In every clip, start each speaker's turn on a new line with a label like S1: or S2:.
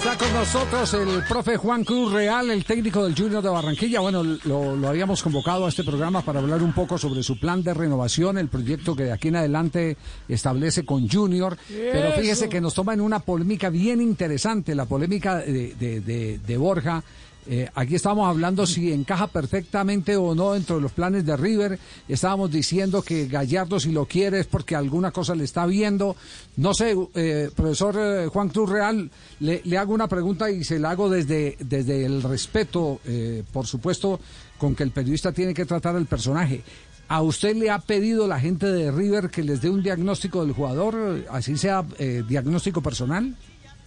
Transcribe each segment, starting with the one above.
S1: Está con nosotros el profe Juan Cruz Real, el técnico del Junior de Barranquilla. Bueno, lo habíamos convocado a este programa para hablar un poco sobre su plan de renovación, el proyecto que de aquí en adelante establece con Junior. Pero fíjese que nos toma en una polémica bien interesante, la polémica de Borja. Aquí estábamos hablando si encaja perfectamente o no dentro de los planes de River. Estábamos diciendo que Gallardo, si lo quiere, es porque alguna cosa le está viendo. No sé, profesor Juan Cruz Real, le hago una pregunta y se la hago desde el respeto, por supuesto, con que el periodista tiene que tratar al personaje. ¿A usted le ha pedido la gente de River que les dé un diagnóstico del jugador, así sea diagnóstico personal?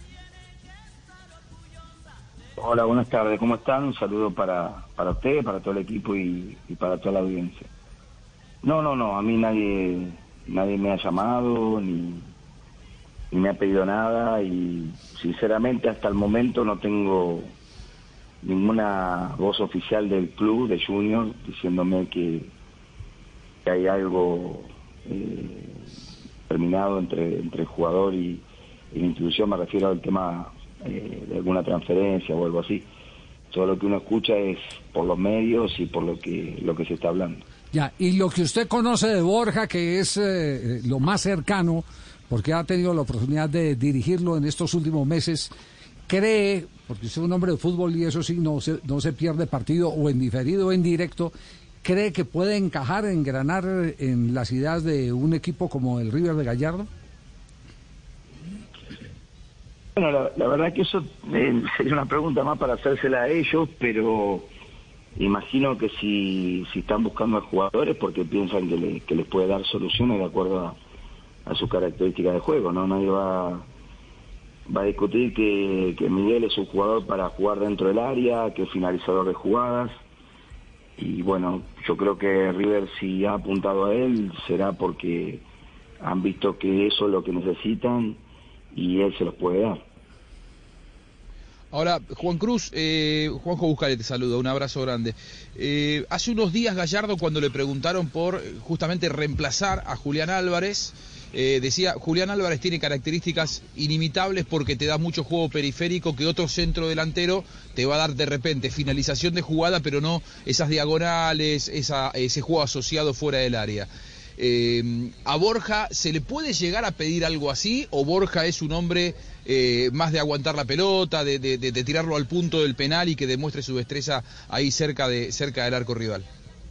S2: Hola, buenas tardes, ¿cómo están? Un saludo para usted, para todo el equipo y para toda la audiencia. No, a mí nadie me ha llamado ni me ha pedido nada y sinceramente hasta el momento no tengo ninguna voz oficial del club, de Junior, diciéndome que hay algo terminado entre el jugador y la institución. Me refiero al tema de alguna transferencia o algo así. Todo lo que uno escucha es por los medios y por lo que se está hablando.
S1: Ya, y lo que usted conoce de Borja, que es lo más cercano, porque ha tenido la oportunidad de dirigirlo en estos últimos meses, cree, porque usted es un hombre de fútbol y eso sí, no se pierde partido o en diferido o en directo, cree que puede encajar, engranar en las ideas de un equipo como el River de Gallardo.
S2: Bueno, la verdad que eso sería una pregunta más para hacérsela a ellos, pero imagino que si están buscando a jugadores porque piensan que les puede dar soluciones de acuerdo a sus características de juego, ¿no? Nadie va a discutir que Miguel es un jugador para jugar dentro del área, que es finalizador de jugadas, y bueno, yo creo que River, si ha apuntado a él, será porque han visto que eso es lo que necesitan y él se los puede dar.
S3: Ahora, Juan Cruz, Juanjo Buscale te saluda, un abrazo grande. Hace unos días Gallardo, cuando le preguntaron por justamente reemplazar a Julián Álvarez, decía, Julián Álvarez tiene características inimitables porque te da mucho juego periférico que otro centro delantero te va a dar de repente, finalización de jugada, pero no esas diagonales, ese juego asociado fuera del área. ¿A Borja se le puede llegar a pedir algo así o Borja es un hombre más de aguantar la pelota, de tirarlo al punto del penal y que demuestre su destreza ahí cerca del arco rival?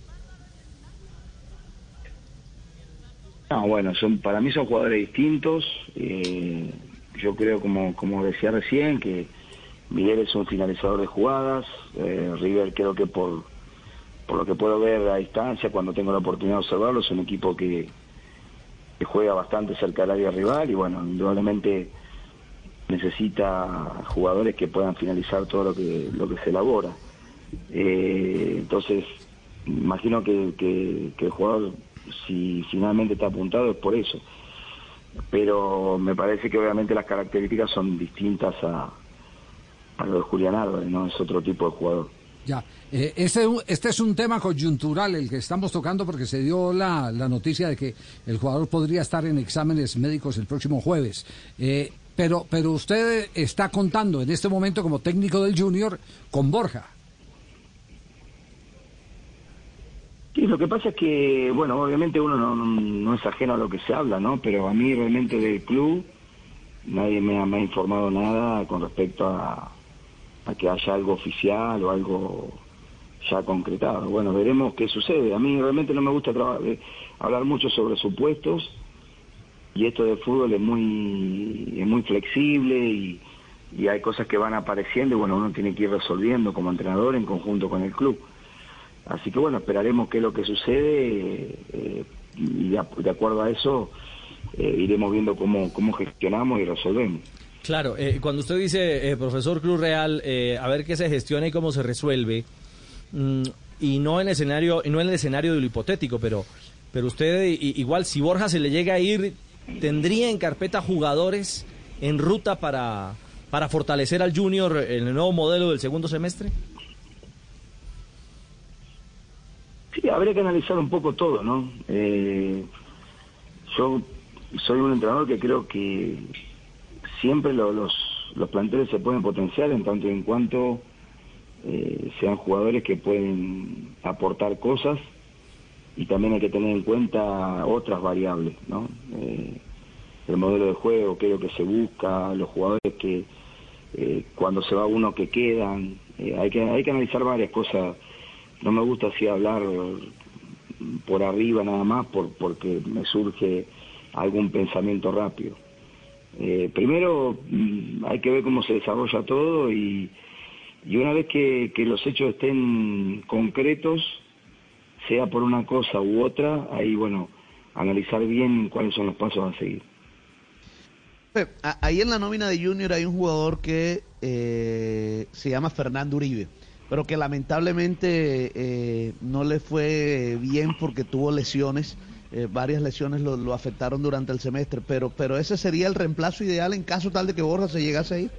S2: No, bueno, para mí son jugadores distintos. Yo creo, como decía recién, que Miguel es un finalizador de jugadas. River, creo que por lo que puedo ver a distancia, cuando tengo la oportunidad de observarlo, es un equipo que juega bastante cerca del área rival y bueno, indudablemente necesita jugadores que puedan finalizar todo lo que se elabora. Entonces, imagino que el jugador, si finalmente está apuntado, es por eso. Pero me parece que obviamente las características son distintas a lo de Julián Álvarez, ¿no? Es otro tipo de jugador.
S1: Ya, este es un tema coyuntural el que estamos tocando porque se dio la noticia de que el jugador podría estar en exámenes médicos el próximo jueves. Pero usted está contando en este momento como técnico del Junior con Borja.
S2: Sí, lo que pasa es que, bueno, obviamente uno no es ajeno a lo que se habla, ¿no? Pero a mí realmente del club nadie me ha informado nada con respecto a que haya algo oficial o algo ya concretado. Bueno, veremos qué sucede. A mí realmente no me gusta hablar mucho sobre supuestos y esto de fútbol es muy flexible y hay cosas que van apareciendo y bueno, uno tiene que ir resolviendo como entrenador en conjunto con el club. Así que bueno, esperaremos qué es lo que sucede y de acuerdo a eso iremos viendo cómo gestionamos y resolvemos.
S4: Claro, cuando usted dice, profesor Cruz Real, a ver qué se gestiona y cómo se resuelve, y no en el escenario de lo hipotético, pero usted igual si Borja se le llega a ir, ¿tendría en carpeta jugadores en ruta para fortalecer al Junior en el nuevo modelo del segundo semestre?
S2: Sí, habría que analizar un poco todo, ¿no? Yo soy un entrenador que creo que siempre los los planteles se pueden potenciar en tanto y en cuanto sean jugadores que pueden aportar cosas, y también hay que tener en cuenta otras variables, ¿no? El modelo de juego, qué es lo que se busca, los jugadores que cuando se va uno que quedan, hay que analizar varias cosas. No me gusta así hablar por arriba nada más porque me surge algún pensamiento rápido. Primero hay que ver cómo se desarrolla todo, y una vez que los hechos estén concretos, sea por una cosa u otra, ahí bueno, analizar bien cuáles son los pasos a seguir.
S5: Ahí en la nómina de Junior hay un jugador que se llama Fernando Uribe, pero que lamentablemente no le fue bien porque tuvo lesiones, varias lesiones lo afectaron durante el semestre, pero ese sería el reemplazo ideal en caso tal de que Borja se llegase a ir.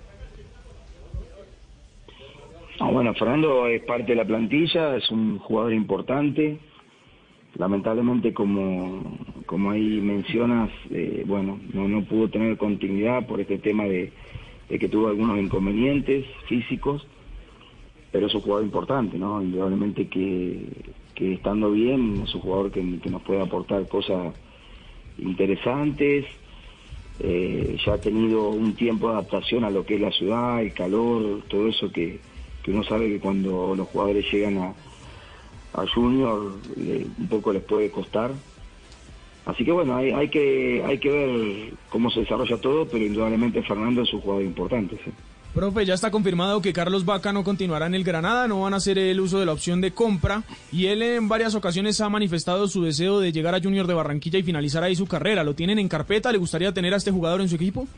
S2: Bueno, Fernando es parte de la plantilla, es un jugador importante. Lamentablemente, como ahí mencionas, bueno, no pudo tener continuidad por este tema de que tuvo algunos inconvenientes físicos, pero es un jugador importante, ¿no? Indudablemente que estando bien es un jugador que nos puede aportar cosas interesantes. Ya ha tenido un tiempo de adaptación a lo que es la ciudad, el calor, todo eso que uno sabe que cuando los jugadores llegan a Junior un poco les puede costar. Así que bueno, hay que ver cómo se desarrolla todo, pero indudablemente Fernando es un jugador importante, ¿sí?
S6: Profe, ya está confirmado que Carlos Vaca no continuará en el Granada, no van a hacer el uso de la opción de compra, y él en varias ocasiones ha manifestado su deseo de llegar a Junior de Barranquilla y finalizar ahí su carrera. ¿Lo tienen en carpeta? ¿Le gustaría tener a este jugador en su equipo?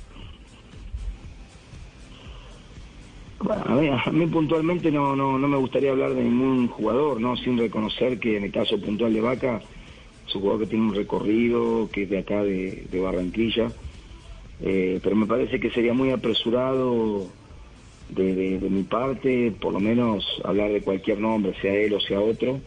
S2: Bueno, a mí puntualmente no me gustaría hablar de ningún jugador, ¿no? Sin reconocer que en el caso puntual de Vaca es un jugador que tiene un recorrido, que es de acá de Barranquilla, pero me parece que sería muy apresurado de mi parte, por lo menos hablar de cualquier nombre, sea él o sea otro,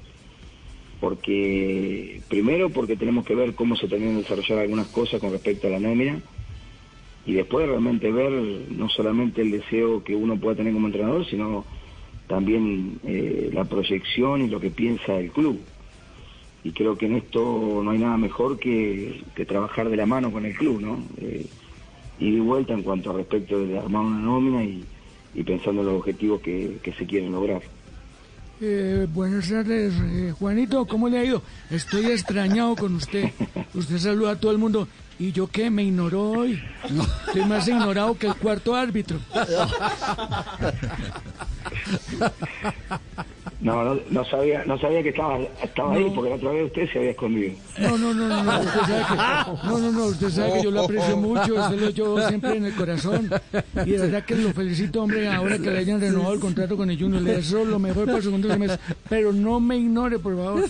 S2: porque tenemos que ver cómo se terminan de desarrollar algunas cosas con respecto a la nómina, y después realmente ver no solamente el deseo que uno pueda tener como entrenador, sino también la proyección y lo que piensa el club. Y creo que en esto no hay nada mejor que trabajar de la mano con el club, ¿no? Y de vuelta en cuanto a respecto de armar una nómina y pensando en los objetivos que se quieren lograr.
S7: Buenas tardes, Juanito, ¿cómo le ha ido? Estoy extrañado con usted. Usted saluda a todo el mundo. ¿Y yo qué? ¿Me ignoró hoy? Estoy más ignorado que el cuarto árbitro.
S2: No sabía que estaba ahí, porque la otra vez usted se había escondido.
S7: Usted sabe que yo lo aprecio mucho, usted lo llevo siempre en el corazón. Y de verdad que lo felicito, hombre, ahora que le hayan renovado el contrato con el Junior. Le deseo lo mejor para el segundo semestre. Pero no me ignore, por favor.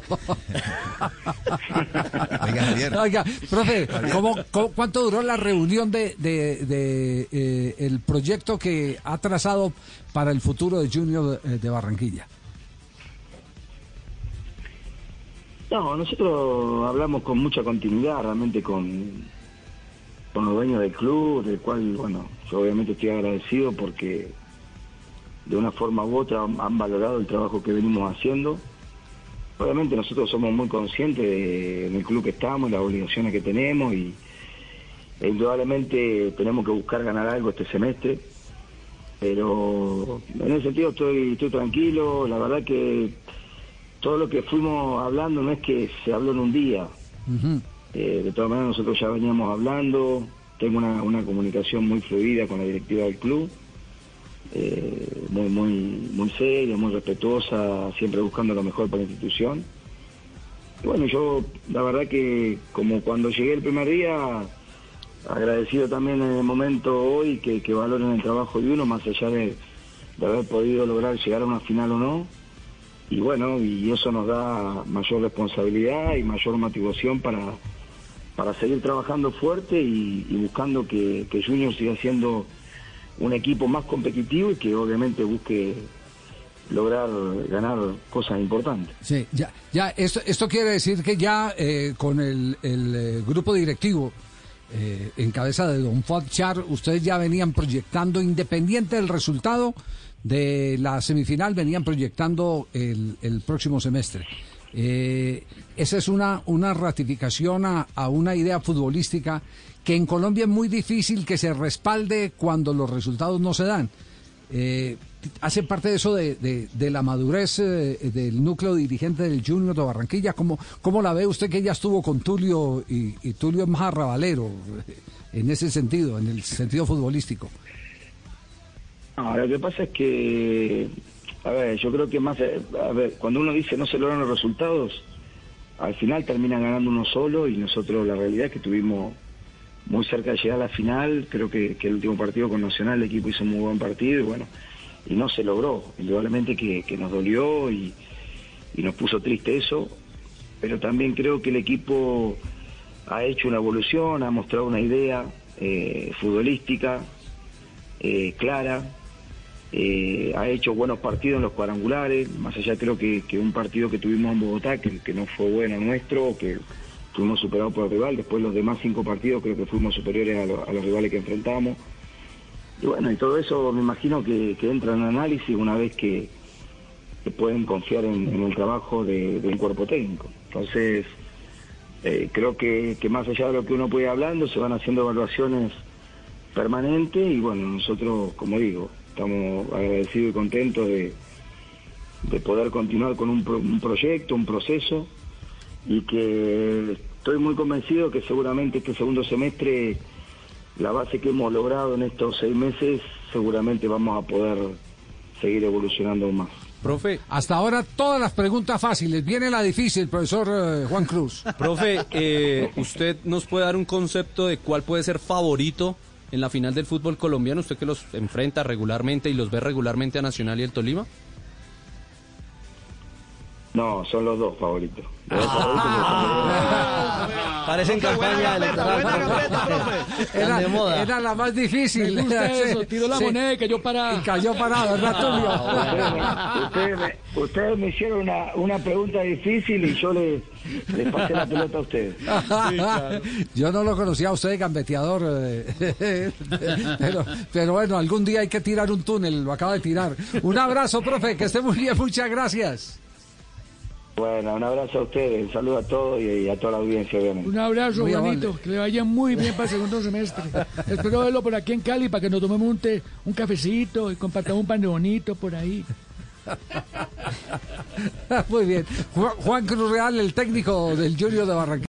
S1: Oiga, profe, ¿cuánto duró la reunión de el proyecto que ha trazado para el futuro de Junior de Barranquilla?
S2: No, nosotros hablamos con mucha continuidad, realmente con los dueños del club, del cual, bueno, yo obviamente estoy agradecido porque de una forma u otra han valorado el trabajo que venimos haciendo. Obviamente nosotros somos muy conscientes en el club que estamos, las obligaciones que tenemos, e indudablemente tenemos que buscar ganar algo este semestre, pero en ese sentido estoy tranquilo. La verdad que todo lo que fuimos hablando no es que se habló en un día. Uh-huh. De todas maneras nosotros ya veníamos hablando, tengo una comunicación muy fluida con la directiva del club, muy seria, muy respetuosa, siempre buscando lo mejor para la institución. Y bueno, yo la verdad que como cuando llegué el primer día, agradecido también en el momento hoy que valoren el trabajo de uno, más allá de haber podido lograr llegar a una final o no. Y bueno, y eso nos da mayor responsabilidad y mayor motivación para seguir trabajando fuerte y buscando que Junior siga siendo un equipo más competitivo y que obviamente busque lograr ganar cosas importantes.
S1: Sí, ya esto quiere decir que ya con el grupo directivo en cabeza de don Fuad Char, ustedes ya venían proyectando, independiente del resultado de la semifinal, venían proyectando el próximo semestre. Esa es una ratificación a una idea futbolística que en Colombia es muy difícil que se respalde cuando los resultados no se dan. ¿Hace parte de eso de la madurez del núcleo dirigente del Junior de Barranquilla? ¿Cómo la ve usted, que ya estuvo con Tulio y Tulio es más arrabalero en ese sentido, en el sentido futbolístico?
S2: No, lo que pasa es que, a ver, yo creo que más, cuando uno dice no se logran los resultados, al final terminan ganando uno solo, y nosotros la realidad es que estuvimos muy cerca de llegar a la final. Creo que el último partido con Nacional el equipo hizo un muy buen partido y bueno, y no se logró. Indudablemente que nos dolió y nos puso triste eso, pero también creo que el equipo ha hecho una evolución, ha mostrado una idea futbolística clara, ha hecho buenos partidos en los cuadrangulares, más allá creo que un partido que tuvimos en Bogotá, que no fue bueno nuestro, que fuimos superados por el rival. Después los demás 5 partidos creo que fuimos superiores a los rivales que enfrentamos. Y bueno, y todo eso me imagino que entra en análisis una vez que pueden confiar en el trabajo de un cuerpo técnico. Entonces, creo que más allá de lo que uno puede ir hablando, se van haciendo evaluaciones permanentes y bueno, nosotros, como digo, estamos agradecidos y contentos de poder continuar con un proyecto, un proceso, y que estoy muy convencido que seguramente este segundo semestre, la base que hemos logrado en estos 6 meses, seguramente vamos a poder seguir evolucionando aún más.
S1: Profe, hasta ahora todas las preguntas fáciles, viene la difícil, profesor Juan Cruz.
S8: Profe, ¿usted nos puede dar un concepto de cuál puede ser favorito en la final del fútbol colombiano? Usted que los enfrenta regularmente y los ve regularmente a Nacional y el Tolima.
S2: No, son los dos favoritos.
S4: Parecen campaña electoral.
S1: Era la más difícil.
S7: Me gusta eso, tiró la moneda y cayó parada.
S1: Y cayó parada, ¿verdad,
S2: Tulio? Ustedes me hicieron una pregunta difícil y yo les pasé la pelota a ustedes.
S1: Sí, claro. Yo no lo conocía a usted, gambeteador, pero bueno, algún día hay que tirar un túnel, lo acaba de tirar. Un abrazo, profe, que esté muy bien, muchas gracias.
S2: Bueno, un abrazo a ustedes, un saludo a todos y a toda la audiencia, obviamente.
S7: Un abrazo, Juanito, que le vaya muy bien para el segundo semestre. Espero verlo por aquí en Cali para que nos tomemos un cafecito y compartamos un pan de bonito por ahí.
S1: Muy bien. Juan Cruz Real, el técnico del Junior de Barranquilla.